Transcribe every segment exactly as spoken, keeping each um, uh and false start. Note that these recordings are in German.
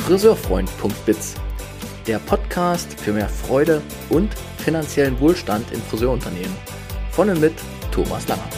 friseurfreund punkt biz, der Podcast für mehr Freude und finanziellen Wohlstand in Friseurunternehmen. Von und mit Thomas Langer.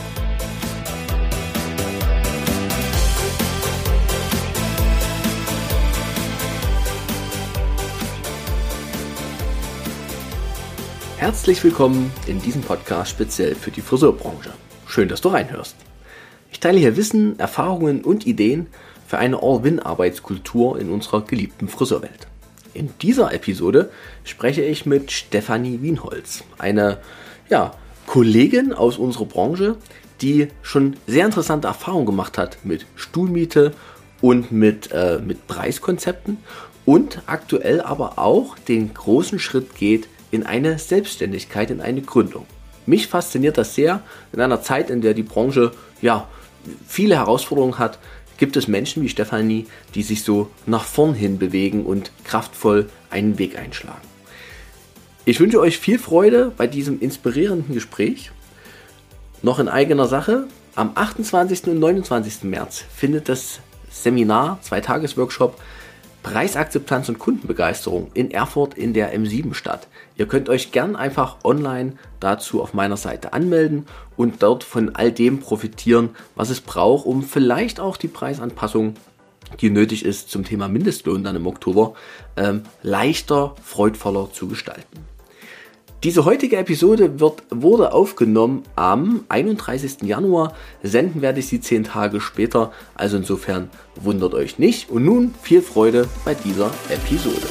Herzlich willkommen in diesem Podcast speziell für die Friseurbranche. Schön, dass du reinhörst. Ich teile hier Wissen, Erfahrungen und Ideen für eine All-Win-Arbeitskultur in unserer geliebten Friseurwelt. In dieser Episode spreche ich mit Stefanie Wienholz, eine ja, Kollegin aus unserer Branche, die schon sehr interessante Erfahrungen gemacht hat mit Stuhlmiete und mit, äh, mit Preiskonzepten und aktuell aber auch den großen Schritt geht in eine Selbstständigkeit, in eine Gründung. Mich fasziniert das sehr. In einer Zeit, in der die Branche ja viele Herausforderungen hat, gibt es Menschen wie Stefanie, die sich so nach vorn hin bewegen und kraftvoll einen Weg einschlagen. Ich wünsche euch viel Freude bei diesem inspirierenden Gespräch. Noch in eigener Sache, am achtundzwanzigsten und neunundzwanzigsten März findet das Seminar, Zweitages-Workshop Preisakzeptanz und Kundenbegeisterung in Erfurt in der M sieben statt. Ihr könnt euch gern einfach online dazu auf meiner Seite anmelden und dort von all dem profitieren, was es braucht, um vielleicht auch die Preisanpassung, die nötig ist zum Thema Mindestlohn dann im Oktober, ähm, leichter, freudvoller zu gestalten. Diese heutige Episode wird, wurde aufgenommen am einunddreißigsten Januar, senden werde ich sie zehn Tage später, also insofern wundert euch nicht. Und nun viel Freude bei dieser Episode.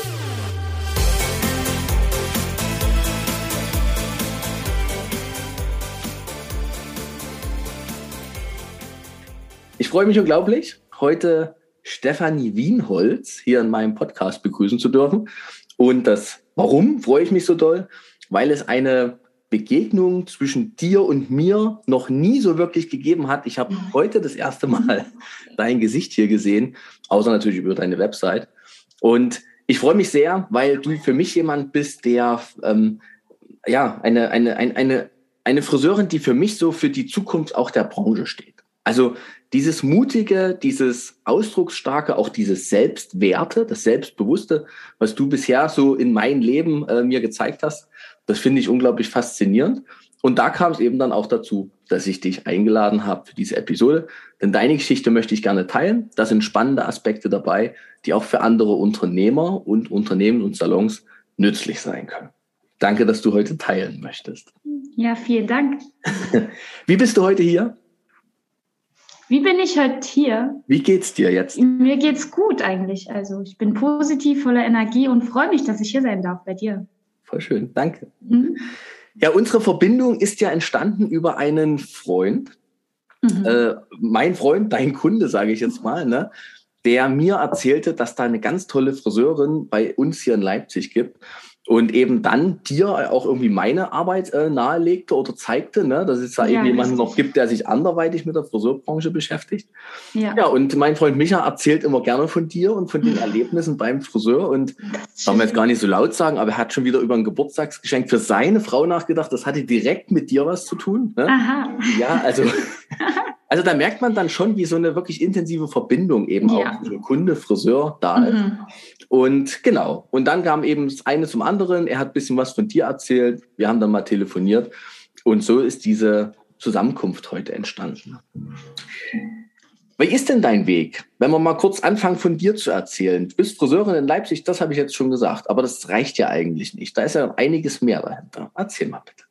Ich freue mich unglaublich, heute Stefanie Wienholz hier in meinem Podcast begrüßen zu dürfen. Und das Warum freue ich mich so doll? Weil es eine Begegnung zwischen dir und mir noch nie so wirklich gegeben hat. Ich habe heute das erste Mal dein Gesicht hier gesehen, außer natürlich über deine Website. Und ich freue mich sehr, weil du für mich jemand bist, der ähm, ja eine, eine, eine, eine, eine Friseurin, die für mich so für die Zukunft auch der Branche steht. Also dieses Mutige, dieses Ausdrucksstarke, auch dieses Selbstwerte, das Selbstbewusste, was du bisher so in mein Leben äh, mir gezeigt hast, das finde ich unglaublich faszinierend. Und da kam es eben dann auch dazu, dass ich dich eingeladen habe für diese Episode. Denn deine Geschichte möchte ich gerne teilen. Da sind spannende Aspekte dabei, die auch für andere Unternehmer und Unternehmen und Salons nützlich sein können. Danke, dass du heute teilen möchtest. Ja, vielen Dank. Wie bist du heute hier? Wie bin ich heute hier? Wie geht's dir jetzt? Mir geht's gut eigentlich. Also ich bin positiv, voller Energie und freue mich, dass ich hier sein darf bei dir. Voll schön, danke. Mhm. Ja, unsere Verbindung ist ja entstanden über einen Freund. Mhm. Äh, mein Freund, dein Kunde, sage ich jetzt mal, ne, der mir erzählte, dass da eine ganz tolle Friseurin bei uns hier in Leipzig gibt. Und eben dann dir auch irgendwie meine Arbeit äh, nahelegte oder zeigte, ne, dass es da ja, eben jemanden noch gibt, der sich anderweitig mit der Friseurbranche beschäftigt. Ja. ja, und mein Freund Micha erzählt immer gerne von dir und von den Erlebnissen beim Friseur. Und das darf man jetzt gar nicht so laut sagen, aber er hat schon wieder über ein Geburtstagsgeschenk für seine Frau nachgedacht. Das hatte direkt mit dir was zu tun. Ne? Aha. Ja, also... Also da merkt man dann schon, wie so eine wirklich intensive Verbindung eben ja. auch zwischen Kunde, Friseur da ist. Mhm. Und genau, und dann kam eben das eine zum anderen. Er hat ein bisschen was von dir erzählt. Wir haben dann mal telefoniert. Und so ist diese Zusammenkunft heute entstanden. Wie ist denn dein Weg? Wenn wir mal kurz anfangen, von dir zu erzählen. Du bist Friseurin in Leipzig, das habe ich jetzt schon gesagt. Aber das reicht ja eigentlich nicht. Da ist ja einiges mehr dahinter. Erzähl mal bitte.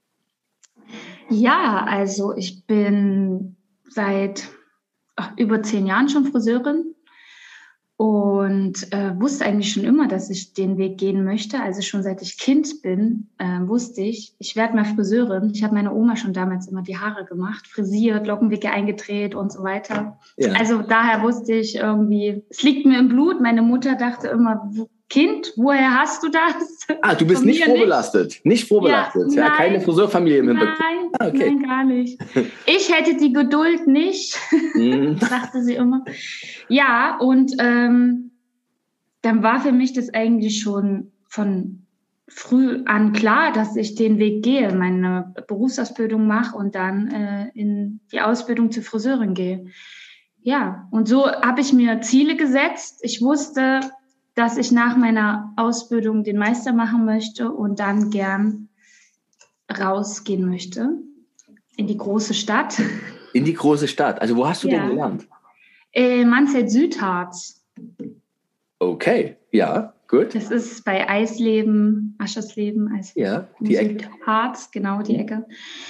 Ja, also ich bin seit ach, über zehn Jahren schon Friseurin und äh, wusste eigentlich schon immer, dass ich den Weg gehen möchte. Also schon seit ich Kind bin, äh, wusste ich, ich werde mal Friseurin. Ich habe meiner Oma schon damals immer die Haare gemacht, frisiert, Lockenwicke eingedreht und so weiter. Ja. Also daher wusste ich irgendwie, es liegt mir im Blut. Meine Mutter dachte immer, Kind, woher hast du das? Ah, du bist nicht vorbelastet. Nicht, nicht vorbelastet. Ja, ja, keine Friseurfamilie im Hintergrund. Nein, ah, okay. Nein, gar nicht. Ich hätte die Geduld nicht, mm. sagte sie immer. Ja, und ähm, dann war für mich das eigentlich schon von früh an klar, dass ich den Weg gehe, meine Berufsausbildung mache und dann äh, in die Ausbildung zur Friseurin gehe. ja, und so habe ich mir Ziele gesetzt. Ich wusste, dass ich nach meiner Ausbildung den Meister machen möchte und dann gern rausgehen möchte in die große Stadt. In die große Stadt. Also wo hast du ja. denn gelernt? Äh, Mansfeld-Südharz. Okay, ja, gut. Das ist bei Eisleben, Aschersleben, Eisleben. Ja, die Ecke. Südharz, genau, die Ecke.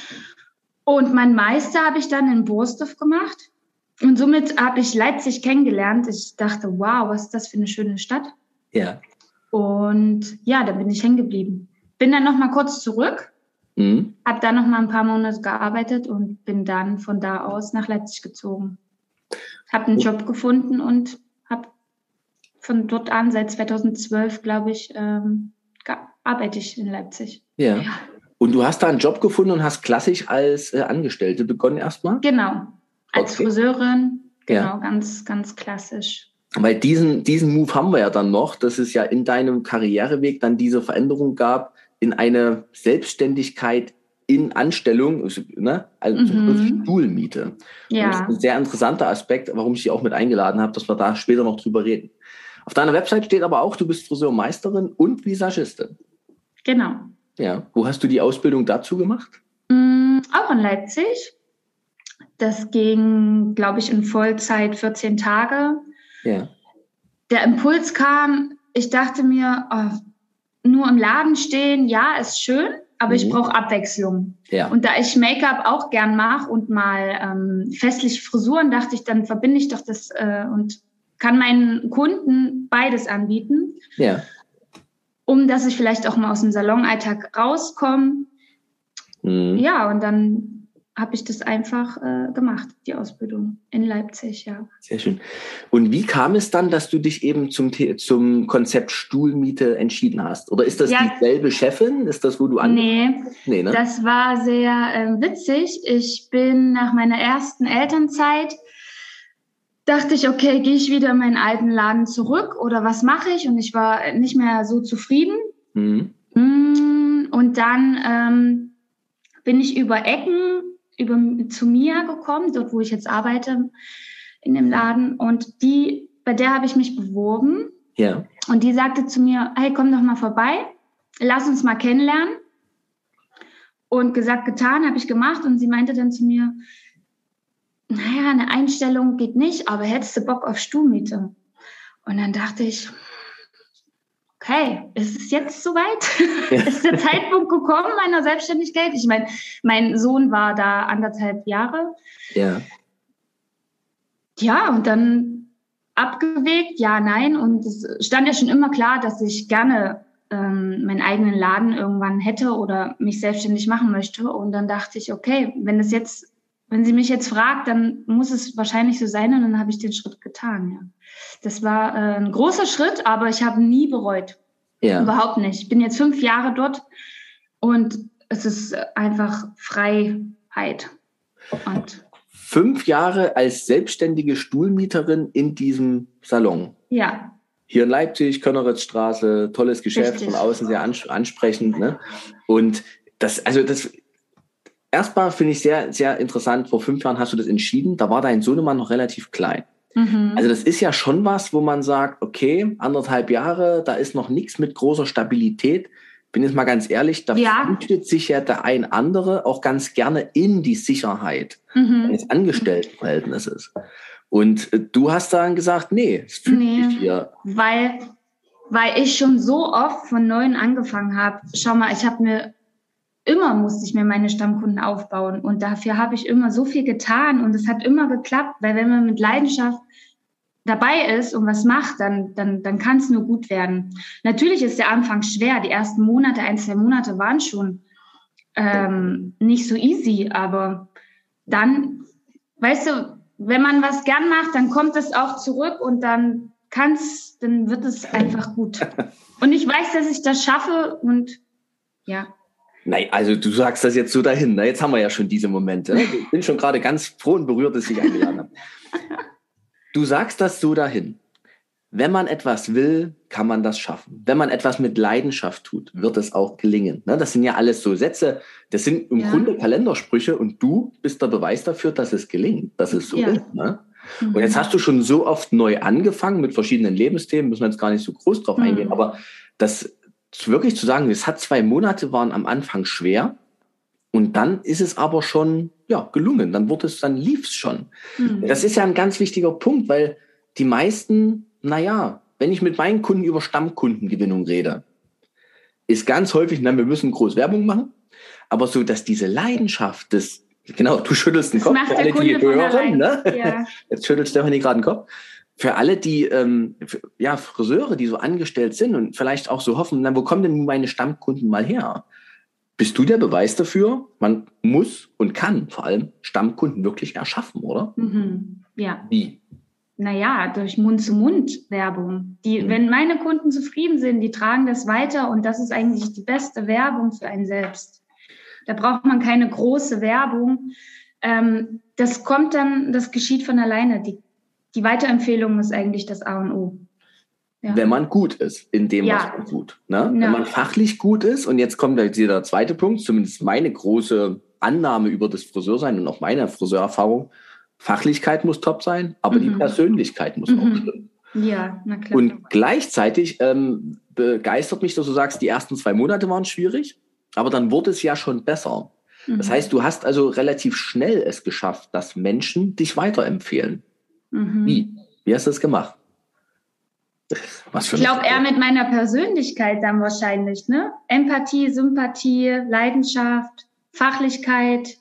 Und mein Meister habe ich dann in Borsdorf gemacht. Und somit habe ich Leipzig kennengelernt. Ich dachte, wow, was ist das für eine schöne Stadt. Ja. Und ja, da bin ich hängen geblieben. Bin dann noch mal kurz zurück, mhm. habe dann noch mal ein paar Monate gearbeitet und bin dann von da aus nach Leipzig gezogen. Habe einen Job gefunden und habe von dort an, seit zweitausendzwölf, glaube ich, ähm, arbeite ich in Leipzig. Ja. ja. Und du hast da einen Job gefunden und hast klassisch als äh, Angestellte begonnen erstmal? Genau. Als okay. Friseurin, genau, ja. ganz, ganz klassisch. Weil diesen, diesen Move haben wir ja dann noch, dass es ja in deinem Karriereweg dann diese Veränderung gab in eine Selbstständigkeit in Anstellung, ne? Also mhm. Stuhlmiete. Ja. Und das ist ein sehr interessanter Aspekt, warum ich dich auch mit eingeladen habe, dass wir da später noch drüber reden. Auf deiner Website steht aber auch, du bist Friseurmeisterin und Visagistin. Genau. Ja. Wo hast du die Ausbildung dazu gemacht? Mhm, auch in Leipzig. Das ging, glaube ich, in Vollzeit vierzehn Tage. Ja. Der Impuls kam, ich dachte mir, oh, nur im Laden stehen, ja, ist schön, aber mhm. ich brauche Abwechslung. Ja. Und da ich Make-up auch gern mache und mal ähm, festliche Frisuren, dachte ich, dann verbinde ich doch das äh, und kann meinen Kunden beides anbieten. Ja. Um dass ich vielleicht auch mal aus dem Salonalltag rauskomme. Mhm. Ja, und dann habe ich das einfach äh, gemacht, die Ausbildung in Leipzig, ja. Sehr schön. Und wie kam es dann, dass du dich eben zum, zum Konzept Stuhlmiete entschieden hast? Oder ist das ja. dieselbe Chefin? Ist das, wo du angefangen hast? Nee, nee ne? Das war sehr äh, witzig. Ich bin nach meiner ersten Elternzeit, dachte ich, okay, gehe ich wieder in meinen alten Laden zurück oder was mache ich? Und ich war nicht mehr so zufrieden. Mhm. Und dann ähm, bin ich über Ecken über zu Mia gekommen, dort wo ich jetzt arbeite, in dem Laden. Und die, bei der habe ich mich beworben. Ja. Und die sagte zu mir, hey, komm doch mal vorbei, lass uns mal kennenlernen. Und gesagt, getan, habe ich gemacht. Und sie meinte dann zu mir, naja, eine Einstellung geht nicht, aber hättest du Bock auf Stuhlmiete? Und dann dachte ich, okay, ist es jetzt soweit? Ja. Ist der Zeitpunkt gekommen meiner Selbstständigkeit? Ich meine, mein Sohn war da anderthalb Jahre. Ja. Ja, und dann abgewegt, ja, nein. Und es stand ja schon immer klar, dass ich gerne ähm, meinen eigenen Laden irgendwann hätte oder mich selbstständig machen möchte. Und dann dachte ich, okay, wenn es jetzt, wenn sie mich jetzt fragt, dann muss es wahrscheinlich so sein. Und dann habe ich den Schritt getan, ja. Das war äh, ein großer Schritt, aber ich habe nie bereut. Ja. Überhaupt nicht. Ich bin jetzt fünf Jahre dort und es ist einfach Freiheit. Und fünf Jahre als selbstständige Stuhlmieterin in diesem Salon. Ja. Hier in Leipzig, Könneritzstraße, tolles Geschäft, richtig. Von außen sehr ansprechend. Ne? Und das, also das, erstmal finde ich sehr, sehr interessant. Vor fünf Jahren hast du das entschieden. Da war dein Sohnemann noch relativ klein. Mhm. Also das ist ja schon was, wo man sagt, okay, anderthalb Jahre, da ist noch nichts mit großer Stabilität. Bin jetzt mal ganz ehrlich, da ja. flüchtet sich ja der ein andere auch ganz gerne in die Sicherheit mhm. eines Angestelltenverhältnisses. Und äh, du hast dann gesagt, nee, es fühlt nee, sich hier. Weil, weil ich schon so oft von Neuem angefangen habe. Schau mal, ich habe mir immer musste ich mir meine Stammkunden aufbauen und dafür habe ich immer so viel getan und es hat immer geklappt, weil wenn man mit Leidenschaft dabei ist und was macht, dann, dann, dann kann es nur gut werden. Natürlich ist der Anfang schwer, die ersten Monate, ein, zwei Monate waren schon ähm, nicht so easy, aber dann, weißt du, wenn man was gern macht, dann kommt es auch zurück und dann kann's, dann wird es einfach gut. Und ich weiß, dass ich das schaffe und ja. Nein, also du sagst das jetzt so dahin. Ne? Jetzt haben wir ja schon diese Momente. Ne? Ich bin schon gerade ganz froh und berührt, dass ich dich eingeladen habe. Du sagst das so dahin. Wenn man etwas will, kann man das schaffen. Wenn man etwas mit Leidenschaft tut, wird es auch gelingen. Ne? Das sind ja alles so Sätze, das sind im ja. Grunde Kalendersprüche und du bist der Beweis dafür, dass es gelingt, dass es so ja. ist. Ne? Mhm. Und jetzt hast du schon so oft neu angefangen mit verschiedenen Lebensthemen, müssen wir jetzt gar nicht so groß drauf mhm. eingehen, aber das wirklich zu sagen, es hat zwei Monate, waren am Anfang schwer und dann ist es aber schon ja, gelungen, dann wurde es, dann lief es schon. Mhm. Das ist ja ein ganz wichtiger Punkt, weil die meisten, naja, wenn ich mit meinen Kunden über Stammkundengewinnung rede, ist ganz häufig, na, wir müssen groß Werbung machen, aber so, dass diese Leidenschaft des, genau, du schüttelst den das Kopf, macht für alle, der die Kunde hören, ne? Ja. Jetzt schüttelt Stefanie gerade den Kopf. Für alle, die, ähm, für, ja, Friseure, die so angestellt sind und vielleicht auch so hoffen, na, wo kommen denn meine Stammkunden mal her? Bist du der Beweis dafür? Man muss und kann vor allem Stammkunden wirklich erschaffen, oder? Mhm. Ja. Wie? Naja, durch Mund-zu-Mund-Werbung. Die, mhm. Wenn meine Kunden zufrieden sind, die tragen das weiter und das ist eigentlich die beste Werbung für einen selbst. Da braucht man keine große Werbung. Ähm, das kommt dann, das geschieht von alleine. Die, die Weiterempfehlung ist eigentlich das A und O. Ja. Wenn man gut ist in dem, ja. was man tut. Ne? Ja. Wenn man fachlich gut ist, und jetzt kommt jetzt der zweite Punkt, zumindest meine große Annahme über das Friseursein und auch meine Friseurerfahrung, Fachlichkeit muss top sein, aber mhm. die Persönlichkeit muss mhm. auch stimmen. Ja, na klar. Und gleichzeitig ähm, begeistert mich, dass du sagst, die ersten zwei Monate waren schwierig, aber dann wurde es ja schon besser. Mhm. Das heißt, du hast also relativ schnell es geschafft, dass Menschen dich weiterempfehlen. Mhm. Wie? Wie hast du das gemacht? Was für ich glaube eher mit meiner Persönlichkeit dann wahrscheinlich, ne? Empathie, Sympathie, Leidenschaft, Fachlichkeit.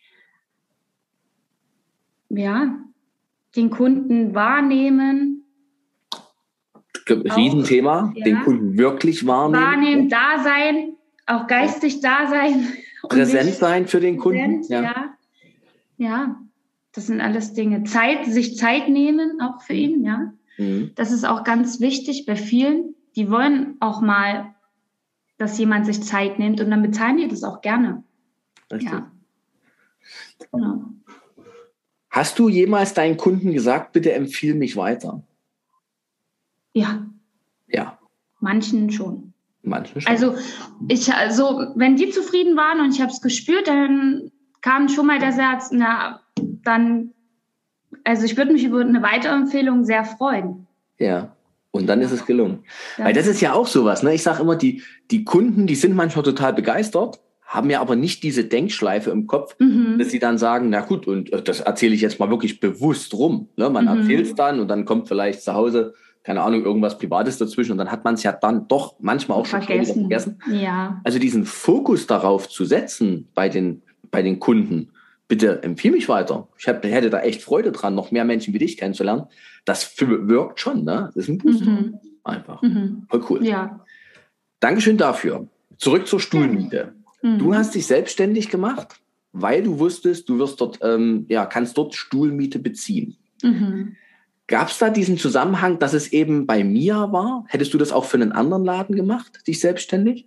Ja, den Kunden wahrnehmen. Riesenthema, ja. Den Kunden wirklich wahrnehmen. Wahrnehmen, da sein, auch geistig da sein. Präsent sein für den präsent, Kunden. Ja. ja. Ja, das sind alles Dinge. Zeit, sich Zeit nehmen, auch für ihn, ja. Mhm. Das ist auch ganz wichtig bei vielen. Die wollen auch mal, dass jemand sich Zeit nimmt und dann bezahlen die das auch gerne. Richtig. Ja. Genau. Hast du jemals deinen Kunden gesagt, bitte empfiehl mich weiter? Ja. Ja. Manchen schon. Manchen schon. Also, ich, also wenn die zufrieden waren und ich habe es gespürt, dann kam schon mal der Satz, na, dann, also ich würde mich über eine Weiterempfehlung sehr freuen. Ja. Und dann ist es gelungen. Das Weil das ist ja auch sowas, ne? Ich sage immer, die, die Kunden, die sind manchmal total begeistert, haben ja aber nicht diese Denkschleife im Kopf, mhm. dass sie dann sagen, na gut, und das erzähle ich jetzt mal wirklich bewusst rum. Ne? Man mhm. erzählt es dann und dann kommt vielleicht zu Hause, keine Ahnung, irgendwas Privates dazwischen und dann hat man es ja dann doch manchmal auch schon wieder vergessen. Ja. Also diesen Fokus darauf zu setzen bei den, bei den Kunden, bitte empfehle mich weiter. Ich hab, hätte da echt Freude dran, noch mehr Menschen wie dich kennenzulernen. Das wirkt schon, ne? Das ist ein Booster. Mhm. Einfach. Mhm. Voll cool. Ja. Dankeschön dafür. Zurück zur Stuhlmiete. Mhm. Du hast dich selbstständig gemacht, weil du wusstest, du wirst dort, ähm, ja, kannst dort Stuhlmiete beziehen. Mhm. Gab es da diesen Zusammenhang, dass es eben bei Mia war? Hättest du das auch für einen anderen Laden gemacht, dich selbstständig?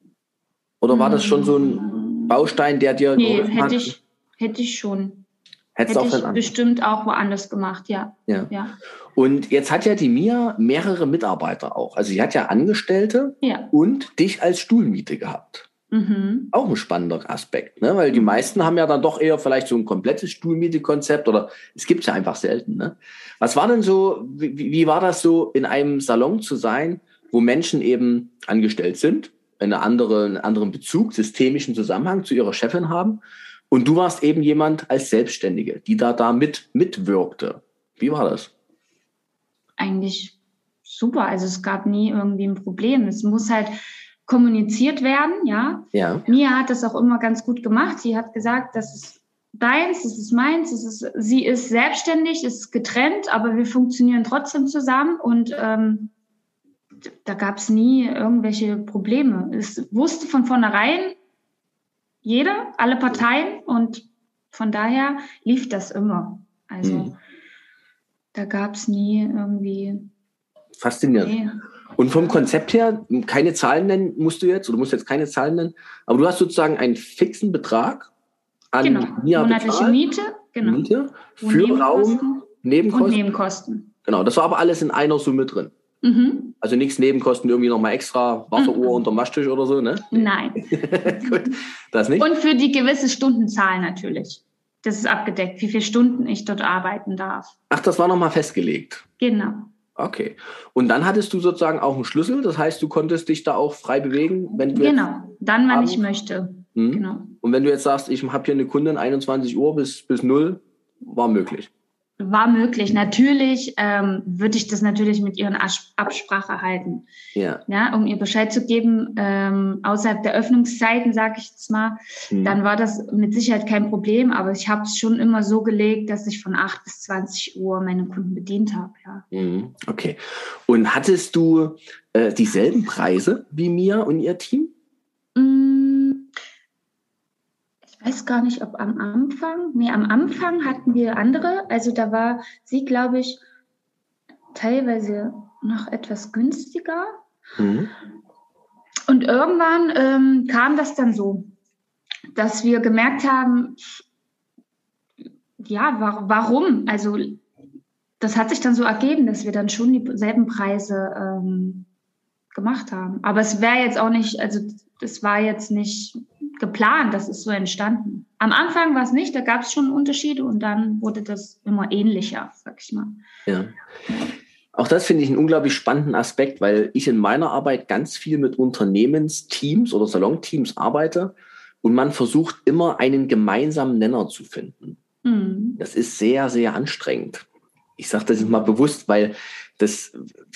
Oder war das schon so ein Baustein, der dir nee, geholfen hat? Hätte ich, hätte ich schon. Hättest hätte auch ich bestimmt auch woanders gemacht, ja. ja. ja. Und jetzt hat ja die Mia mehrere Mitarbeiter auch. Also sie hat ja Angestellte ja. und dich als Stuhlmiete gehabt. Mhm. Auch ein spannender Aspekt, ne? Weil die meisten haben ja dann doch eher vielleicht so ein komplettes Stuhlmiete-Konzept oder es gibt es ja einfach selten. Ne? Was war denn so, wie, wie war das so, in einem Salon zu sein, wo Menschen eben angestellt sind, eine andere, einen anderen Bezug, systemischen Zusammenhang zu ihrer Chefin haben und du warst eben jemand als Selbstständige, die da, da mit, mitwirkte. Wie war das? Eigentlich super, also es gab nie irgendwie ein Problem. Es muss halt kommuniziert werden, ja. ja. Mia hat das auch immer ganz gut gemacht. Sie hat gesagt, das ist deins, das ist meins, das ist, sie ist selbstständig, ist getrennt, aber wir funktionieren trotzdem zusammen und ähm, da gab es nie irgendwelche Probleme. Es wusste von vornherein jeder, alle Parteien und von daher lief das immer. Also mhm. da gab es nie irgendwie... Faszinierend. Nee. Und vom Konzept her, keine Zahlen nennen musst du jetzt, oder du musst jetzt keine Zahlen nennen, aber du hast sozusagen einen fixen Betrag an genau. monatliche bezahlt, Miete, genau. Miete für Raum, Nebenkosten. Und Nebenkosten. Genau, das war aber alles in einer Summe drin. Mhm. Also nichts Nebenkosten, irgendwie nochmal extra Wasseruhr mhm. unterm Waschtisch oder so, ne? Nein. Gut, das nicht. Und für die gewisse Stundenzahl natürlich. Das ist abgedeckt, wie viele Stunden ich dort arbeiten darf. Ach, das war nochmal festgelegt? Genau. Okay. Und dann hattest du sozusagen auch einen Schlüssel, das heißt, du konntest dich da auch frei bewegen, wenn du Genau, dann, wann abends, ich möchte. Mhm. Genau. Und wenn du jetzt sagst, ich habe hier eine Kundin einundzwanzig Uhr bis, bis null, war möglich? War möglich. Natürlich ähm, würde ich das natürlich mit ihren As- Absprache halten. Ja. Ja, um ihr Bescheid zu geben, ähm, außerhalb der Öffnungszeiten, sage ich jetzt mal, Mhm. dann war das mit Sicherheit kein Problem. Aber ich habe es schon immer so gelegt, dass ich von acht bis zwanzig Uhr meine Kunden bedient habe. Ja. Mhm. Okay. Und hattest du äh, dieselben Preise wie Mia und ihr Team? Ich weiß gar nicht, ob am Anfang, nee, am Anfang hatten wir andere. Also da war sie, glaube ich, teilweise noch etwas günstiger. Mhm. Und irgendwann ähm, kam das dann so, dass wir gemerkt haben, ja, wa- warum? Also das hat sich dann so ergeben, dass wir dann schon dieselben Preise ähm, gemacht haben. Aber es wäre jetzt auch nicht, also das war jetzt nicht geplant, das ist so entstanden. Am Anfang war es nicht, da gab es schon Unterschiede und dann wurde das immer ähnlicher, sag ich mal. Ja. Auch das finde ich einen unglaublich spannenden Aspekt, weil ich in meiner Arbeit ganz viel mit Unternehmensteams oder Salonteams arbeite und man versucht immer einen gemeinsamen Nenner zu finden. Mhm. Das ist sehr, sehr anstrengend. Ich sage das jetzt mal bewusst, weil das,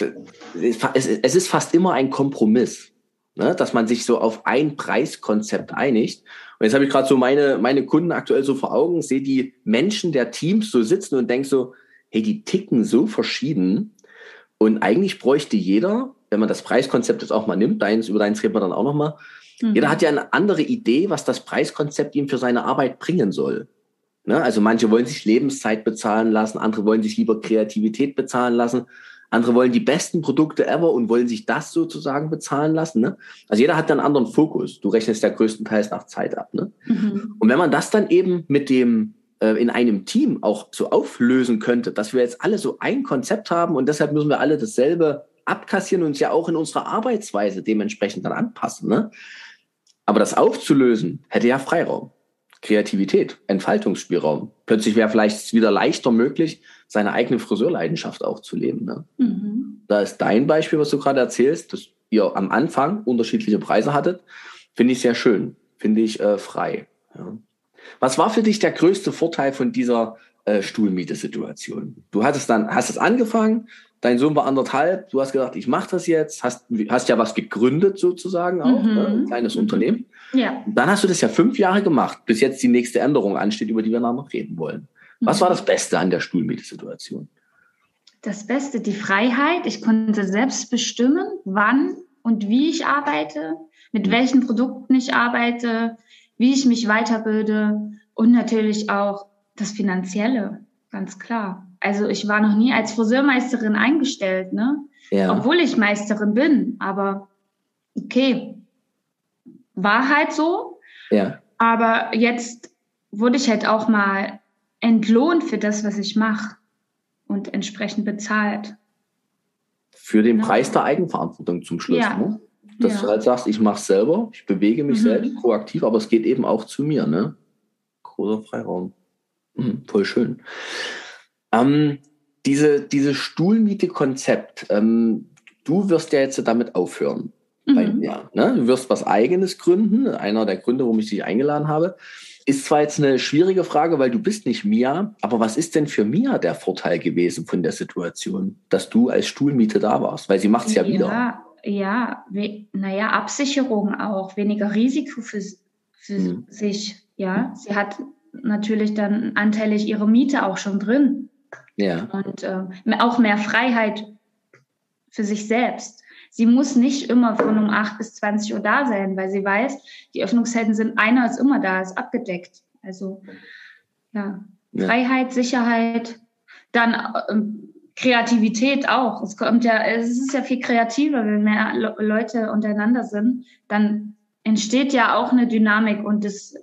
es, es ist fast immer ein Kompromiss, ne, dass man sich so auf ein Preiskonzept einigt. Und jetzt habe ich gerade so meine, meine Kunden aktuell so vor Augen, sehe die Menschen der Teams so sitzen und denke so, hey, die ticken so verschieden. Und eigentlich bräuchte jeder, wenn man das Preiskonzept jetzt auch mal nimmt, deins, über deins reden wir dann auch nochmal, mhm. jeder hat ja eine andere Idee, was das Preiskonzept ihm für seine Arbeit bringen soll. Ne? Also manche wollen sich Lebenszeit bezahlen lassen, andere wollen sich lieber Kreativität bezahlen lassen, andere wollen die besten Produkte ever und wollen sich das sozusagen bezahlen lassen. Ne? Also jeder hat dann einen anderen Fokus. Du rechnest ja größtenteils nach Zeit ab. Ne? Mhm. Und wenn man das dann eben mit dem äh, in einem Team auch so auflösen könnte, dass wir jetzt alle so ein Konzept haben und deshalb müssen wir alle dasselbe abkassieren und uns ja auch in unserer Arbeitsweise dementsprechend dann anpassen. Ne? Aber das aufzulösen, hätte ja Freiraum. Kreativität, Entfaltungsspielraum. Plötzlich wäre vielleicht wieder leichter möglich, seine eigene Friseurleidenschaft auch zu leben. Ne? Mhm. Da ist dein Beispiel, was du gerade erzählst, dass ihr am Anfang unterschiedliche Preise hattet, finde ich sehr schön, finde ich äh, frei. Ja. Was war für dich der größte Vorteil von dieser äh, Stuhlmiete-Situation? Du hattest dann, hast es angefangen, dein Sohn war anderthalb, du hast gedacht, ich mache das jetzt, hast, hast ja was gegründet sozusagen auch, mhm. ne? Ein kleines mhm. Unternehmen. Ja. Dann hast du das ja fünf Jahre gemacht, bis jetzt die nächste Änderung ansteht, über die wir nachher noch reden wollen. Was mhm. war das Beste an der Stuhlmiete-Situation? Das Beste, die Freiheit. Ich konnte selbst bestimmen, wann und wie ich arbeite, mit mhm. welchen Produkten ich arbeite, wie ich mich weiterbilde und natürlich auch das Finanzielle, ganz klar. Also ich war noch nie als Friseurmeisterin eingestellt, ne? Ja. Obwohl ich Meisterin bin, aber okay, war halt so. Ja. Aber jetzt wurde ich halt auch mal entlohnt für das, was ich mache und entsprechend bezahlt. Für den ja. Preis der Eigenverantwortung zum Schluss, ja. ne? Dass ja. du halt sagst, ich mache es selber, ich bewege mich mhm. selbst proaktiv, aber es geht eben auch zu mir, ne? Großer Freiraum. Mhm, voll schön. Ähm, diese, diese Stuhlmiete-Konzept, ähm, du wirst ja jetzt damit aufhören. Mhm. Bei, ja, ne? Du wirst was Eigenes gründen. Einer der Gründe, warum ich dich eingeladen habe. Ist zwar jetzt eine schwierige Frage, weil du bist nicht Mia, aber was ist denn für Mia der Vorteil gewesen von der Situation, dass du als Stuhlmiete da warst? Weil sie macht es ja, ja wieder. Ja, we- naja, Absicherung auch, weniger Risiko für, für mhm. sich. Ja, sie hat natürlich dann anteilig ihre Miete auch schon drin. Ja. Und äh, auch mehr Freiheit für sich selbst. Sie muss nicht immer von um acht bis zwanzig Uhr da sein, weil sie weiß, die Öffnungszeiten sind, einer ist immer da, ist abgedeckt. Also ja, ja. Freiheit, Sicherheit, dann ähm, Kreativität auch. Es kommt ja, es ist ja viel kreativer, wenn mehr Le- Leute untereinander sind, dann entsteht ja auch eine Dynamik und das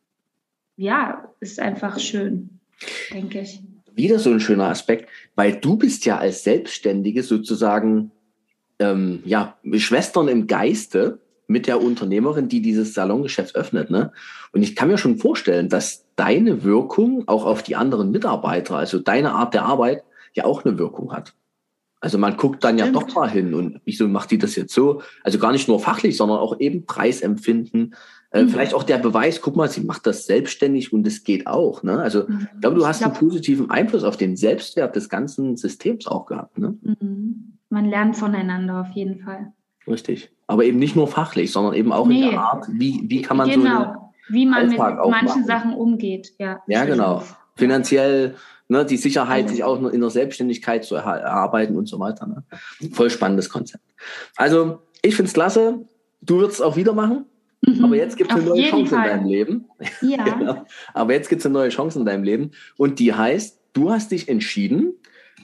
ja, ist einfach schön, denke ich. Wieder so ein schöner Aspekt, weil du bist ja als Selbstständige sozusagen ähm, ja, Schwestern im Geiste mit der Unternehmerin, die dieses Salongeschäft öffnet. Ne? Und ich kann mir schon vorstellen, dass deine Wirkung auch auf die anderen Mitarbeiter, also deine Art der Arbeit, ja auch eine Wirkung hat. Also man guckt dann Stimmt. ja doch mal hin und wieso macht die das jetzt so? Also gar nicht nur fachlich, sondern auch eben Preisempfinden. Äh, mhm. Vielleicht auch der Beweis, guck mal, sie macht das selbstständig und es geht auch. Ne? Also mhm. ich glaube, du hast ich glaub, einen positiven Einfluss auf den Selbstwert des ganzen Systems auch gehabt. Ne? Mhm. Man lernt voneinander auf jeden Fall. Richtig. Aber eben nicht nur fachlich, sondern eben auch nee. in der Art, wie, wie kann man genau. so eine wie man Alltag mit manchen machen. Sachen umgeht. Ja, ja genau. Finanziell, ne, die Sicherheit, sich auch in der Selbstständigkeit zu erarbeiten und so weiter. Ne? Voll spannendes Konzept. Also, ich finde es klasse. Du würdest es auch wieder machen. Mhm. Aber jetzt gibt es eine neue Chance Fall. in deinem Leben. Ja. genau. Aber jetzt gibt es eine neue Chance in deinem Leben. Und die heißt, du hast dich entschieden,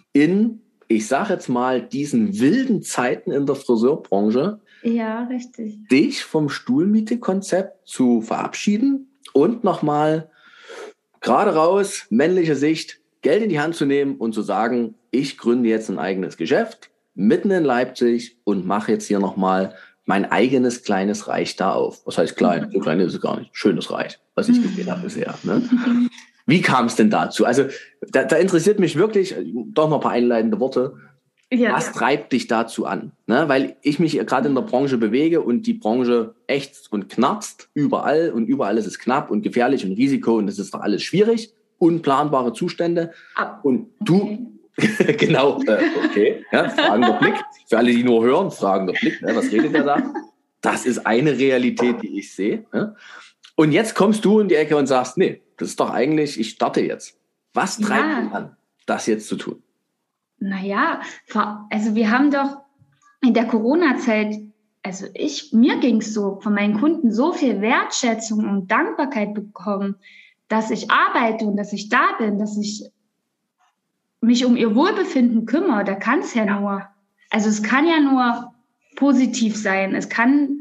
in, ich sage jetzt mal, diesen wilden Zeiten in der Friseurbranche, ja, richtig. dich vom Stuhlmiete-Konzept zu verabschieden und nochmal gerade raus, männliche Sicht, Geld in die Hand zu nehmen und zu sagen, ich gründe jetzt ein eigenes Geschäft mitten in Leipzig und mache jetzt hier nochmal mein eigenes kleines Reich da auf. Was heißt klein? So klein ist es gar nicht. Schönes Reich, was ich gesehen habe bisher. Ne? Wie kam es denn dazu? Also da, da interessiert mich wirklich, doch noch ein paar einleitende Worte. Ja. Was treibt dich dazu an? Ne? Weil ich mich gerade in der Branche bewege und die Branche ächzt und knarzt überall und überall ist es knapp und gefährlich und Risiko und es ist doch alles schwierig, unplanbare Zustände. Ah, und du, okay. genau, äh, okay, ja, fragender Blick. Für alle, die nur hören, fragender Blick, ne? Was redet der da? Das ist eine Realität, die ich sehe. Ne? Und jetzt kommst du in die Ecke und sagst, nee, das ist doch eigentlich, ich starte jetzt. Was treibt ja. dich an, das jetzt zu tun? Naja, also wir haben doch in der Corona-Zeit, also ich, mir ging es so, von meinen Kunden so viel Wertschätzung und Dankbarkeit bekommen, dass ich arbeite und dass ich da bin, dass ich mich um ihr Wohlbefinden kümmere. Da kann es ja nur, also es kann ja nur positiv sein. Es kann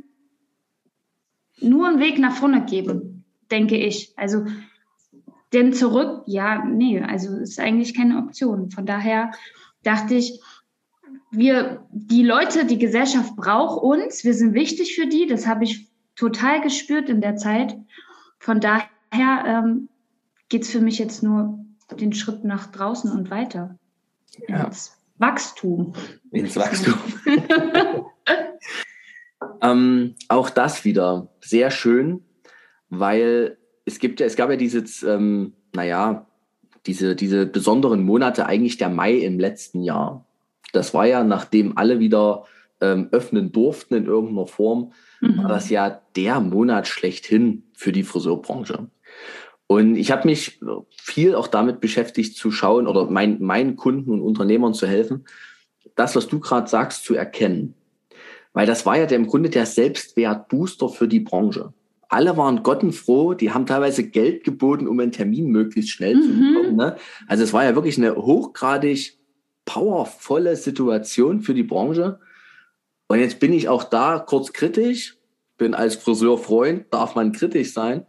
nur einen Weg nach vorne geben, denke ich. Also denn zurück, ja, nee, also ist eigentlich keine Option. Von daher dachte ich, wir, die Leute, die Gesellschaft braucht uns, wir sind wichtig für die, das habe ich total gespürt in der Zeit. Von daher ähm, geht es für mich jetzt nur den Schritt nach draußen und weiter. Ja. Ins Wachstum. Ins Wachstum. ähm, auch das wieder sehr schön, weil es gibt ja, es gab ja dieses, ähm, naja, Diese, diese besonderen Monate, eigentlich der Mai im letzten Jahr. Das war ja, nachdem alle wieder ähm, öffnen durften in irgendeiner Form, mhm. war das ja der Monat schlechthin für die Friseurbranche. Und ich habe mich viel auch damit beschäftigt zu schauen oder mein, meinen Kunden und Unternehmern zu helfen, das, was du gerade sagst, zu erkennen. Weil das war ja der, im Grunde der Selbstwertbooster für die Branche. Alle waren gottenfroh, die haben teilweise Geld geboten, um einen Termin möglichst schnell mhm. zu bekommen. Ne? Also es war ja wirklich eine hochgradig powervolle Situation für die Branche. Und jetzt bin ich auch da kurz kritisch, bin als Friseurfreund, darf man kritisch sein.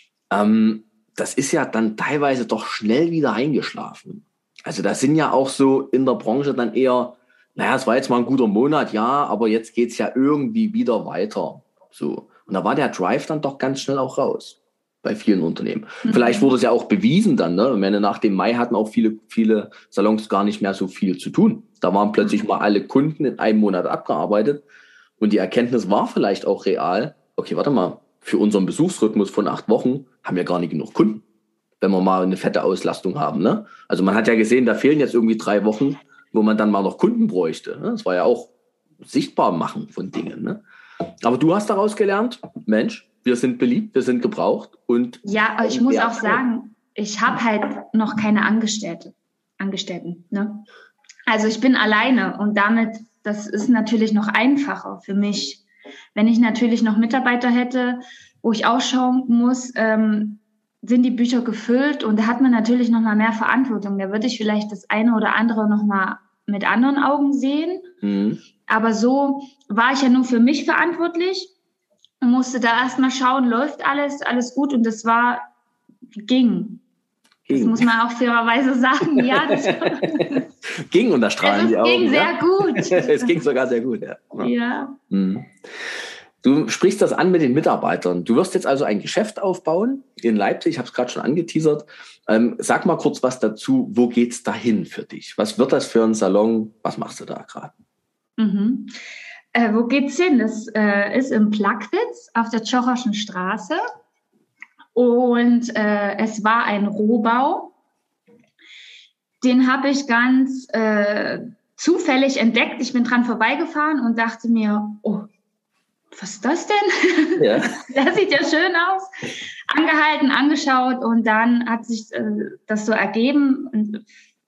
Ähm, das ist ja dann teilweise doch schnell wieder eingeschlafen. Also das sind ja auch so in der Branche dann eher, naja, es war jetzt mal ein guter Monat, ja, aber jetzt geht's ja irgendwie wieder weiter. So. Und da war der Drive dann doch ganz schnell auch raus bei vielen Unternehmen. Mhm. Vielleicht wurde es ja auch bewiesen dann. Ne? Ich meine, nach dem Mai hatten auch viele, viele Salons gar nicht mehr so viel zu tun. Da waren plötzlich mal alle Kunden in einem Monat abgearbeitet. Und die Erkenntnis war vielleicht auch real. Okay, warte mal, für unseren Besuchsrhythmus von acht Wochen haben wir gar nicht genug Kunden, wenn wir mal eine fette Auslastung haben. Ne? Also man hat ja gesehen, da fehlen jetzt irgendwie drei Wochen, wo man dann mal noch Kunden bräuchte. Ne? Das war ja auch sichtbar machen von Dingen. Ne? Aber du hast daraus gelernt, Mensch, wir sind beliebt, wir sind gebraucht. Und ja, aber ich muss auch sagen, ich habe halt noch keine Angestellte, Angestellten. Ne? Also ich bin alleine und damit, das ist natürlich noch einfacher für mich. Wenn ich natürlich noch Mitarbeiter hätte, wo ich auch schauen muss, ähm, sind die Bücher gefüllt und da hat man natürlich noch mal mehr Verantwortung. Da würde ich vielleicht das eine oder andere noch mal mit anderen Augen sehen. Mhm. Aber so war ich ja nur für mich verantwortlich und musste da erstmal schauen, läuft alles, alles gut. Und das war, ging. ging. Das muss man auch fairerweise sagen. Ja, das ging und da strahlen es die Augen. Es ging sehr ja? gut. Es ging sogar sehr gut, ja. Ja. Mhm. Du sprichst das an mit den Mitarbeitern. Du wirst jetzt also ein Geschäft aufbauen in Leipzig, ich habe es gerade schon angeteasert. Ähm, sag mal kurz was dazu, wo geht's dahin für dich? Was wird das für ein Salon? Was machst du da gerade? Mhm. Äh, wo geht's hin? Das äh, ist in Plagwitz auf der Tschocherschen Straße und äh, es war ein Rohbau. Den habe ich ganz äh, zufällig entdeckt. Ich bin dran vorbeigefahren und dachte mir, oh, was ist das denn? Ja. Das sieht ja schön aus. Angehalten, angeschaut und dann hat sich äh, das so ergeben. Und,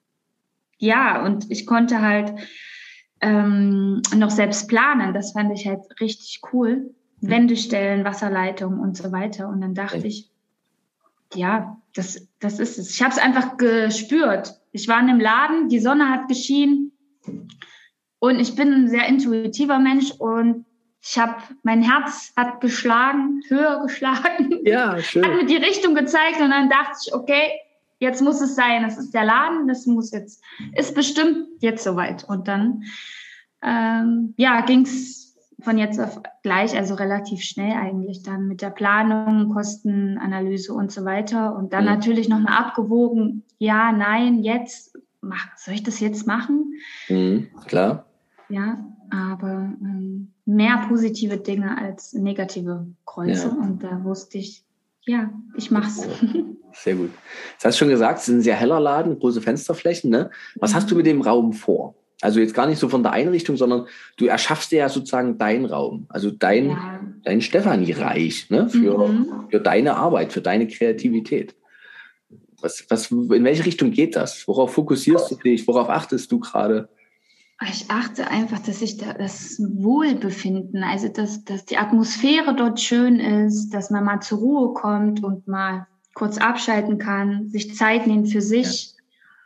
ja, und ich konnte halt ähm, noch selbst planen. Das fand ich halt richtig cool. Mhm. Wendestellen, Wasserleitung und so weiter. Und dann dachte okay. ich, ja, das, das ist es. Ich habe es einfach gespürt. Ich war in einem Laden, die Sonne hat geschienen und ich bin ein sehr intuitiver Mensch und ich habe, mein Herz hat geschlagen, höher geschlagen. Ja, schön. Hat mir die Richtung gezeigt und dann dachte ich, okay, jetzt muss es sein. Das ist der Laden, das muss jetzt, ist bestimmt jetzt soweit. Und dann, ähm, ja, ging es von jetzt auf gleich, also relativ schnell eigentlich dann mit der Planung, Kostenanalyse und so weiter. Und dann mhm. natürlich nochmal abgewogen, ja, nein, jetzt, mach, soll ich das jetzt machen? Mhm, klar. Ja, aber ähm, mehr positive Dinge als negative Kreuze. Ja. Und da wusste ich, ja, ich mach's. Sehr gut. Das hast du schon gesagt, es ist ein sehr heller Laden, große Fensterflächen. Ne? Was mhm. hast du mit dem Raum vor? Also jetzt gar nicht so von der Einrichtung, sondern du erschaffst dir ja sozusagen deinen Raum, also dein, ja. dein Stefanie-Reich, ne? für, mhm. für deine Arbeit, für deine Kreativität. Was, was, in welche Richtung geht das? Worauf fokussierst du dich? Worauf achtest du gerade? Ich achte einfach, dass ich da, das Wohlbefinden, also dass, dass die Atmosphäre dort schön ist, dass man mal zur Ruhe kommt und mal kurz abschalten kann, sich Zeit nehmen für sich.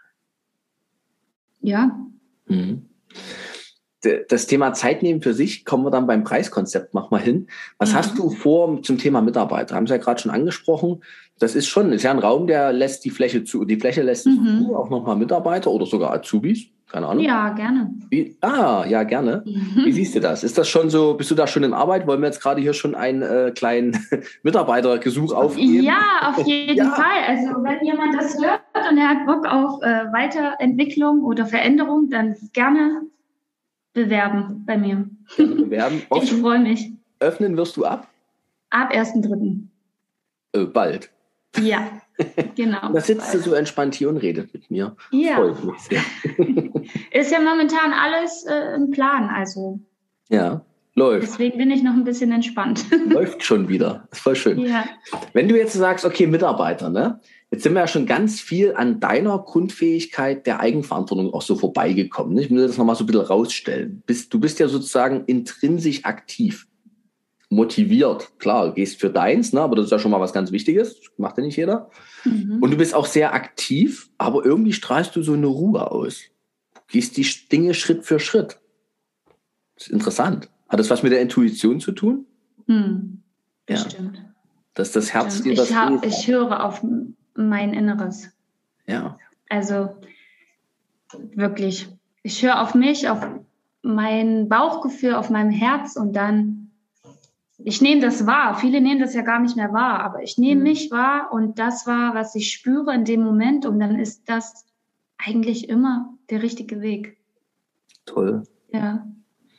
Ja. ja. Mhm. Das Thema Zeit nehmen für sich, kommen wir dann beim Preiskonzept nochmal hin. Was mhm. hast du vor zum Thema Mitarbeiter? Haben Sie ja gerade schon angesprochen. Das ist schon, ist ja ein Raum, der lässt die Fläche zu, die Fläche lässt mhm. zu, auch nochmal Mitarbeiter oder sogar Azubis. Keine Ahnung. Ja, gerne. Wie, ah, ja, gerne. Mhm. Wie siehst du das? Ist das schon so, bist du da schon in Arbeit? Wollen wir jetzt gerade hier schon einen äh, kleinen Mitarbeitergesuch aufgeben? Ja, auf jeden ja. Fall. Also wenn jemand das hört und er hat Bock auf äh, Weiterentwicklung oder Veränderung, dann gerne bewerben bei mir. Gerne bewerben. Ich freue mich. Öffnen wirst du ab? Ab ersten dritten Äh, bald. Ja, genau. Da sitzt du so entspannt hier und redet mit mir. Ja. Freut mich sehr. Ist ja momentan alles äh, im Plan, also. Ja, läuft. Deswegen bin ich noch ein bisschen entspannt. Läuft schon wieder. Ist voll schön. Ja. Wenn du jetzt sagst, okay, Mitarbeiter, ne? Jetzt sind wir ja schon ganz viel an deiner Grundfähigkeit der Eigenverantwortung auch so vorbeigekommen. Ne? Ich will das nochmal so ein bisschen rausstellen. Bist, du bist ja sozusagen intrinsisch aktiv. Motiviert, klar, du gehst für deins, ne, aber das ist ja schon mal was ganz Wichtiges, das macht ja nicht jeder. Mhm. Und du bist auch sehr aktiv, aber irgendwie strahlst du so eine Ruhe aus. Du gehst die Dinge Schritt für Schritt. Das ist interessant. Hat das was mit der Intuition zu tun? Mhm. Ja. Stimmt. Dass das Herz dir ich das hab, Ich höre auf mein Inneres. Ja. Also wirklich, ich höre auf mich, auf mein Bauchgefühl, auf mein Herz und dann ich nehme das wahr. Viele nehmen das ja gar nicht mehr wahr, aber ich nehme mhm. mich wahr und das war, was ich spüre in dem Moment und dann ist das eigentlich immer der richtige Weg. Toll. Ja.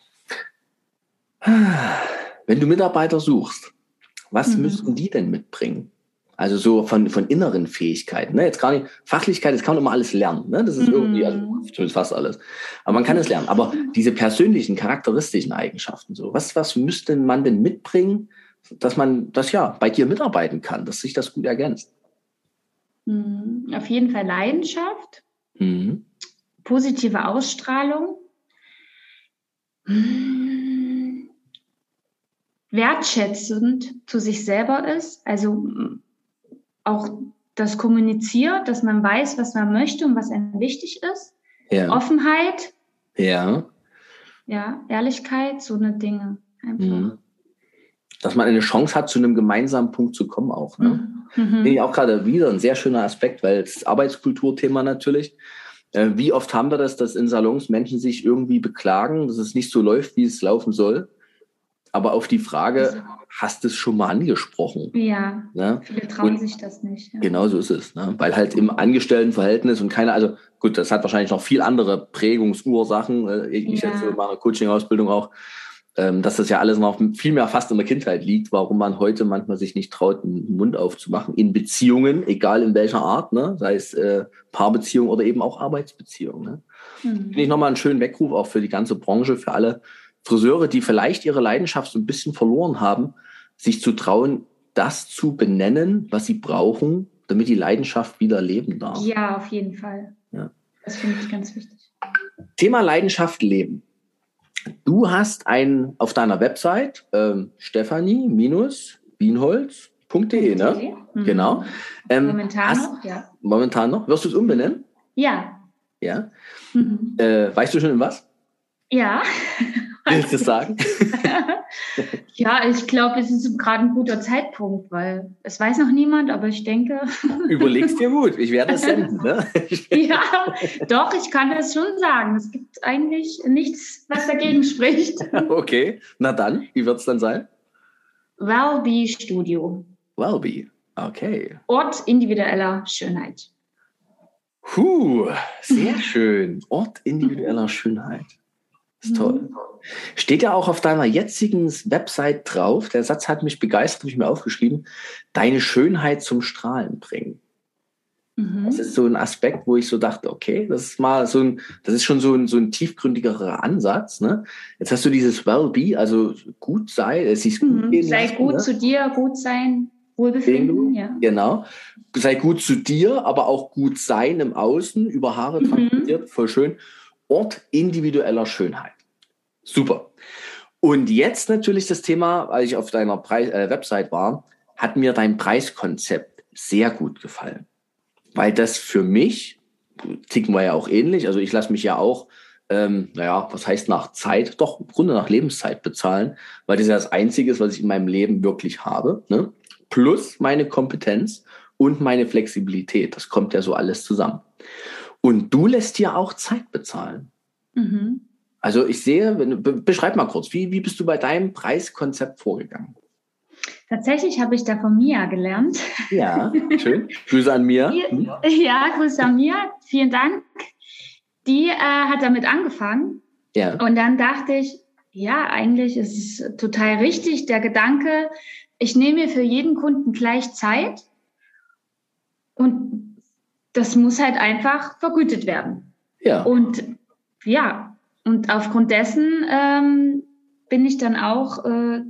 Wenn du Mitarbeiter suchst, was mhm. müssen die denn mitbringen? Also so von, von inneren Fähigkeiten. Ne? Jetzt gar nicht, Fachlichkeit, das kann man immer alles lernen. Ne? Das ist mhm. irgendwie, also zumindest fast alles. Aber man kann es lernen. Aber diese persönlichen, charakteristischen Eigenschaften, so, was, was müsste man denn mitbringen, dass man das ja bei dir mitarbeiten kann, dass sich das gut ergänzt? Mhm. Auf jeden Fall Leidenschaft, mhm. positive Ausstrahlung, mhm. wertschätzend zu sich selber ist, also auch das kommuniziert, dass man weiß, was man möchte und was einem wichtig ist. Ja. Offenheit. Ja. Ja, Ehrlichkeit, so eine Dinge einfach. Mhm. Dass man eine Chance hat, zu einem gemeinsamen Punkt zu kommen auch. Ne? Mhm. Finde ich auch gerade wieder ein sehr schöner Aspekt, weil das Arbeitskulturthema natürlich. Äh, wie oft haben wir das, dass in Salons Menschen sich irgendwie beklagen, dass es nicht so läuft, wie es laufen soll. Aber auf die Frage, hast du es schon mal angesprochen? Ja, ne? Viele trauen Und sich das nicht. Ja. Genau so ist es. Ne? Weil halt im Angestelltenverhältnis und keiner, also gut, das hat wahrscheinlich noch viel andere Prägungsursachen. Ich, ich Ja. jetzt so in meiner Coaching-Ausbildung auch, ähm, dass das ja alles noch viel mehr fast in der Kindheit liegt, warum man heute manchmal sich nicht traut, den Mund aufzumachen in Beziehungen, egal in welcher Art, ne? Sei es äh, Paarbeziehungen oder eben auch Arbeitsbeziehungen. Ne? Mhm. Finde ich nochmal einen schönen Weckruf auch für die ganze Branche, für alle Friseure, die vielleicht ihre Leidenschaft so ein bisschen verloren haben, sich zu trauen, das zu benennen, was sie brauchen, damit die Leidenschaft wieder leben darf. Ja, auf jeden Fall. Ja. Das finde ich ganz wichtig. Thema Leidenschaft leben. Du hast ein auf deiner Website ähm, Stefanie Bienholz punkt de, ne? Mhm. Genau. Ähm, momentan hast, noch, ja. Momentan noch. Wirst du es umbenennen? Ja. Ja. Mhm. Äh, weißt du schon in was? Ja. Willst du das sagen? Ja, ich glaube, es ist gerade ein guter Zeitpunkt, weil es weiß noch niemand, aber ich denke... Überlegst dir gut, ich werde es senden. Ne? Ja, doch, ich kann das schon sagen. Es gibt eigentlich nichts, was dagegen spricht. Okay, na dann, wie wird es dann sein? Wellbe Studio. Wellbe, okay. Ort individueller Schönheit. Puh, sehr schön. Ort individueller Schönheit. Das ist toll. Steht ja auch auf deiner jetzigen Website drauf, der Satz hat mich begeistert, habe ich mir aufgeschrieben, deine Schönheit zum Strahlen bringen. Mhm. Das ist so ein Aspekt, wo ich so dachte, okay, das ist mal so ein, das ist schon so ein, so ein tiefgründigerer Ansatz. Ne? Jetzt hast du dieses Well-Be, also gut sei, es ist gut mhm. gehen Sei lassen, gut ne? zu dir, gut sein, Wohlbefinden. Ja. Genau. Sei gut zu dir, aber auch gut sein im Außen, über Haare transportiert, mhm. voll schön. Ort individueller Schönheit. Super. Und jetzt natürlich das Thema, als ich auf deiner Preis, äh, Website war, hat mir dein Preiskonzept sehr gut gefallen. Weil das für mich, ticken wir ja auch ähnlich, also ich lasse mich ja auch, ähm, naja, was heißt nach Zeit? Doch, im Grunde nach Lebenszeit bezahlen, weil das ja das Einzige ist, was ich in meinem Leben wirklich habe. Ne? Plus meine Kompetenz und meine Flexibilität. Das kommt ja so alles zusammen. Und du lässt dir auch Zeit bezahlen. Mhm. Also ich sehe, beschreib mal kurz, wie, wie bist du bei deinem Preiskonzept vorgegangen? Tatsächlich habe ich da von Mia gelernt. Ja, schön. Grüße an Mia. Hm? Ja, Grüße an Mia. Vielen Dank. Die äh, hat damit angefangen. Ja. Und dann dachte ich, ja, eigentlich ist es total richtig, der Gedanke, ich nehme mir für jeden Kunden gleich Zeit und das muss halt einfach vergütet werden. Ja. Und ja, und aufgrund dessen ähm, bin ich dann auch äh,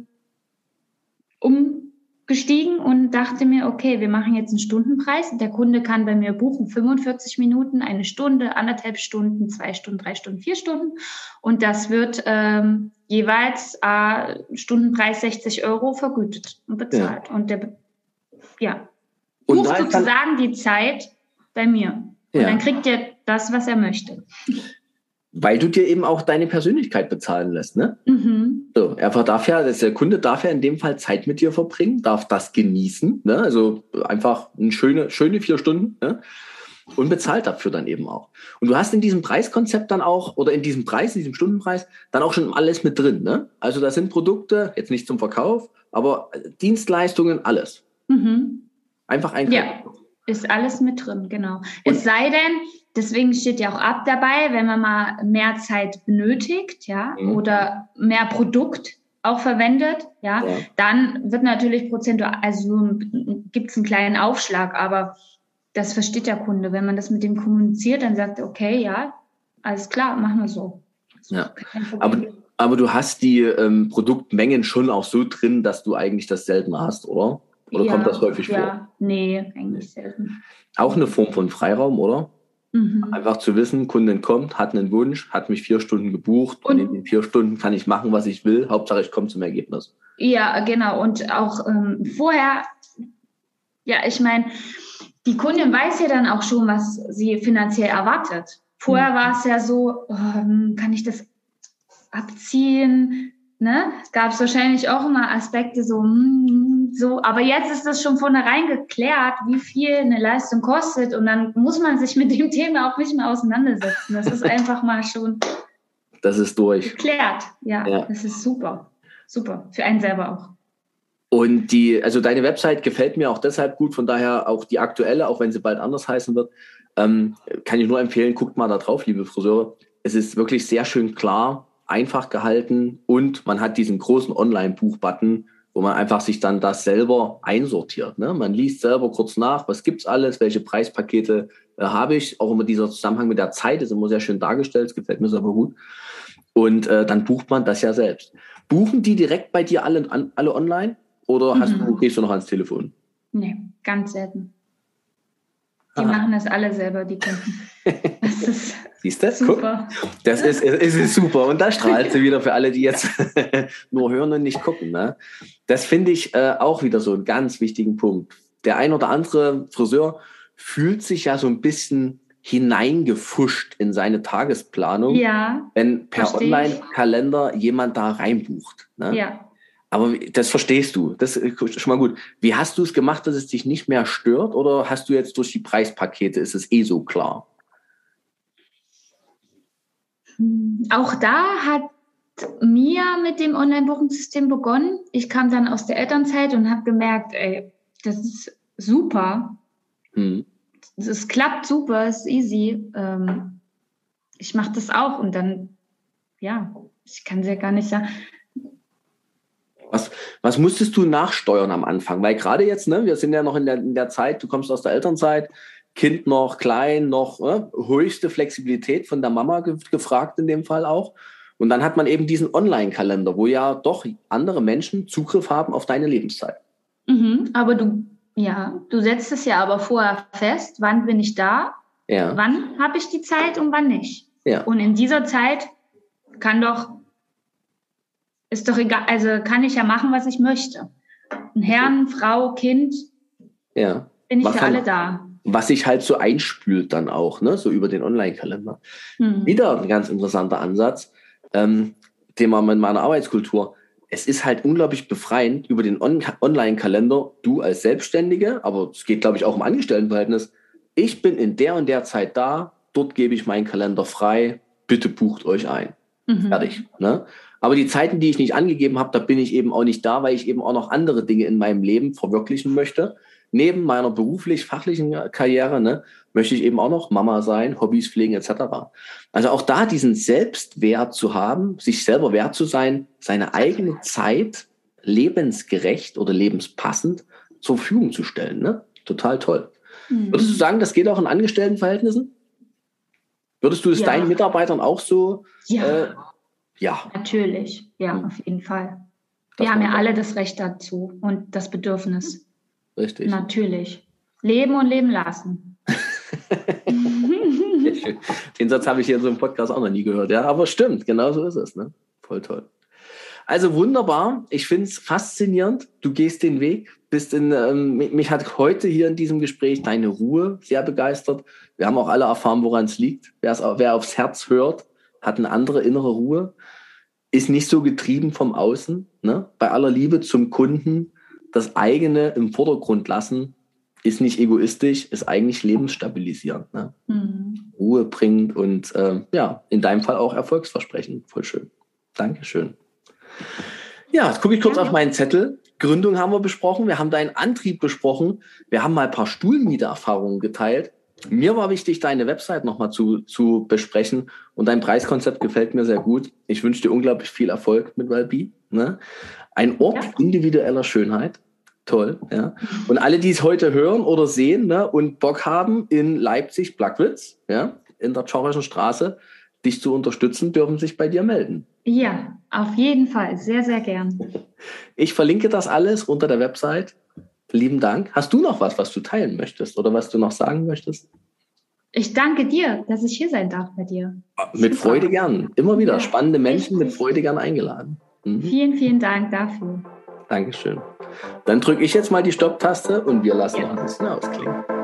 umgestiegen und dachte mir, okay, wir machen jetzt einen Stundenpreis. Der Kunde kann bei mir buchen fünfundvierzig Minuten, eine Stunde, anderthalb Stunden, zwei Stunden, drei Stunden, vier Stunden. Und das wird ähm, jeweils äh, Stundenpreis sechzig Euro vergütet und bezahlt. Ja. Und der ja, und bucht sozusagen die Zeit bei mir. Und ja. dann kriegt er das, was er möchte. Weil du dir eben auch deine Persönlichkeit bezahlen lässt, ne? Mhm. So, er darf ja, der Kunde darf ja in dem Fall Zeit mit dir verbringen, darf das genießen, ne? Also einfach eine schöne, schöne vier Stunden, ne? Und bezahlt dafür dann eben auch. Und du hast in diesem Preiskonzept dann auch, oder in diesem Preis, in diesem Stundenpreis, dann auch schon alles mit drin, ne? Also da sind Produkte, jetzt nicht zum Verkauf, aber Dienstleistungen, alles. Mhm. Einfach ein Ja, ist alles mit drin, genau. Und es sei denn, deswegen steht ja auch ab dabei, wenn man mal mehr Zeit benötigt, ja, mhm. oder mehr Produkt auch verwendet, ja, ja. dann wird natürlich prozentual, also gibt es einen kleinen Aufschlag, aber das versteht der Kunde. Wenn man das mit dem kommuniziert, dann sagt er, okay, ja, alles klar, machen wir so. Ja, aber, aber du hast die ähm, Produktmengen schon auch so drin, dass du eigentlich das selten hast, oder? Oder ja, kommt das häufig ja. vor? Ja, nee, eigentlich selten. Auch eine Form von Freiraum, oder? Mhm. Einfach zu wissen, Kundin kommt, hat einen Wunsch, hat mich vier Stunden gebucht und, und in den vier Stunden kann ich machen, was ich will. Hauptsache, ich komme zum Ergebnis. Ja, genau. Und auch ähm, vorher, ja, ich meine, die Kundin weiß ja dann auch schon, was sie finanziell erwartet. Vorher mhm. war es ja so, oh, kann ich das abziehen? Ne? Gab es wahrscheinlich auch immer Aspekte so, mm, so, aber jetzt ist das schon vornherein geklärt, wie viel eine Leistung kostet und dann muss man sich mit dem Thema auch nicht mehr auseinandersetzen. Das ist einfach mal schon das ist durch. geklärt. Ja, ja, das ist super. super. Für einen selber auch. Und die, also deine Website gefällt mir auch deshalb gut, von daher auch die aktuelle, auch wenn sie bald anders heißen wird, ähm, kann ich nur empfehlen, guckt mal da drauf, liebe Friseure. Es ist wirklich sehr schön klar, einfach gehalten und man hat diesen großen Online-Buch-Button, wo man einfach sich dann das selber einsortiert. Ne? Man liest selber kurz nach, was gibt's alles, welche Preispakete äh, habe ich. Auch immer dieser Zusammenhang mit der Zeit ist immer sehr schön dargestellt, das gefällt mir selber gut. Und äh, dann bucht man das ja selbst. Buchen die direkt bei dir alle, an, alle online oder hast Mhm. du, gehst du noch ans Telefon? Nee, ganz selten. Die Ah. machen das alle selber, die Kunden. Das ist Siehst du? super. Guck, das ist, es ist super. Und da strahlt sie wieder für alle, die jetzt nur hören und nicht gucken. Ne? Das finde ich äh, auch wieder so einen ganz wichtigen Punkt. Der ein oder andere Friseur fühlt sich ja so ein bisschen hineingefuscht in seine Tagesplanung, Ja, wenn per versteh ich. Online-Kalender jemand da reinbucht. Ne? Ja. Aber das verstehst du. Das ist schon mal gut. Wie hast du es gemacht, dass es dich nicht mehr stört? Oder hast du jetzt durch die Preispakete, ist es eh so klar? Auch da hat mir mit dem Online-Buchungssystem begonnen. Ich kam dann aus der Elternzeit und habe gemerkt, ey, das ist super. Hm. Es klappt super, es ist easy. Ähm, ich mache das auch und dann, ja, ich kann es ja gar nicht sagen. Was, was musstest du nachsteuern am Anfang? Weil gerade jetzt, ne, wir sind ja noch in der, in der Zeit, du kommst aus der Elternzeit, Kind noch klein, noch ne, höchste Flexibilität von der Mama ge- gefragt in dem Fall auch. Und dann hat man eben diesen Online-Kalender, wo ja doch andere Menschen Zugriff haben auf deine Lebenszeit. Mhm, aber du, ja, du setzt es ja aber vorher fest, wann bin ich da, Ja. wann habe ich die Zeit und wann nicht. Ja. Und in dieser Zeit kann doch, ist doch egal, also kann ich ja machen, was ich möchte. Ein Herrn, Frau, Kind, Ja. bin ich Was für dann- alle da. Was sich halt so einspült dann auch, ne, so über den Online-Kalender. Hm. Wieder ein ganz interessanter Ansatz, ähm, Thema mit meiner Arbeitskultur. Es ist halt unglaublich befreiend über den On- Online-Kalender, du als Selbstständige, aber es geht, glaube ich, auch im Angestelltenverhältnis. Ich bin in der und der Zeit da, dort gebe ich meinen Kalender frei, bitte bucht euch ein. Mhm. Fertig. Ne? Aber die Zeiten, die ich nicht angegeben habe, da bin ich eben auch nicht da, weil ich eben auch noch andere Dinge in meinem Leben verwirklichen möchte. Neben meiner beruflich-fachlichen Karriere ne, möchte ich eben auch noch Mama sein, Hobbys pflegen et cetera. Also auch da diesen Selbstwert zu haben, sich selber wert zu sein, seine eigene Zeit lebensgerecht oder lebenspassend zur Verfügung zu stellen. Ne? Total toll. Mhm. Würdest du sagen, das geht auch in Angestelltenverhältnissen? Würdest du es Ja. deinen Mitarbeitern auch so? Ja, Äh, ja. natürlich. Ja, Mhm. auf jeden Fall. Das Wir haben ja war- alle das Recht dazu und das Bedürfnis. Richtig. Natürlich. Leben und leben lassen. Sehr schön. Den Satz habe ich hier in so einem Podcast auch noch nie gehört. Ja, aber stimmt, genau so ist es. Ne? Voll toll. Also wunderbar. Ich finde es faszinierend. Du gehst den Weg. Bist in, ähm, mich mich hat heute hier in diesem Gespräch deine Ruhe sehr begeistert. Wir haben auch alle erfahren, woran es liegt. Wer's, wer aufs Herz hört, hat eine andere innere Ruhe. Ist nicht so getrieben vom Außen. Ne? Bei aller Liebe zum Kunden, das eigene im Vordergrund lassen, ist nicht egoistisch, ist eigentlich lebensstabilisierend. Ne? Mhm. Ruhe bringt und ähm, ja, in deinem Fall auch erfolgsversprechend. Voll schön. Dankeschön. Ja, jetzt gucke ich kurz Ja. auf meinen Zettel. Gründung haben wir besprochen, wir haben deinen Antrieb besprochen, wir haben mal ein paar Stuhlmietererfahrungen geteilt. Mir war wichtig, deine Website nochmal zu, zu besprechen und dein Preiskonzept gefällt mir sehr gut. Ich wünsche dir unglaublich viel Erfolg mit Wellbe. Ne? Ein Ort Ja. individueller Schönheit. Toll, ja. Und alle, die es heute hören oder sehen ne, und Bock haben, in Leipzig, Plagwitz, ja, in der Tschorischen Straße, dich zu unterstützen, dürfen sich bei dir melden. Ja, auf jeden Fall. Sehr, sehr gern. Ich verlinke das alles unter der Website. Lieben Dank. Hast du noch was, was du teilen möchtest oder was du noch sagen möchtest? Ich danke dir, dass ich hier sein darf bei dir. Mit Super. Freude gern. Immer wieder. Ja, Spannende Menschen mit richtig. Freude gern eingeladen. Mhm. Vielen, vielen Dank dafür. Dankeschön. Dann drücke ich jetzt mal die Stopptaste und wir lassen noch ein bisschen ausklingen.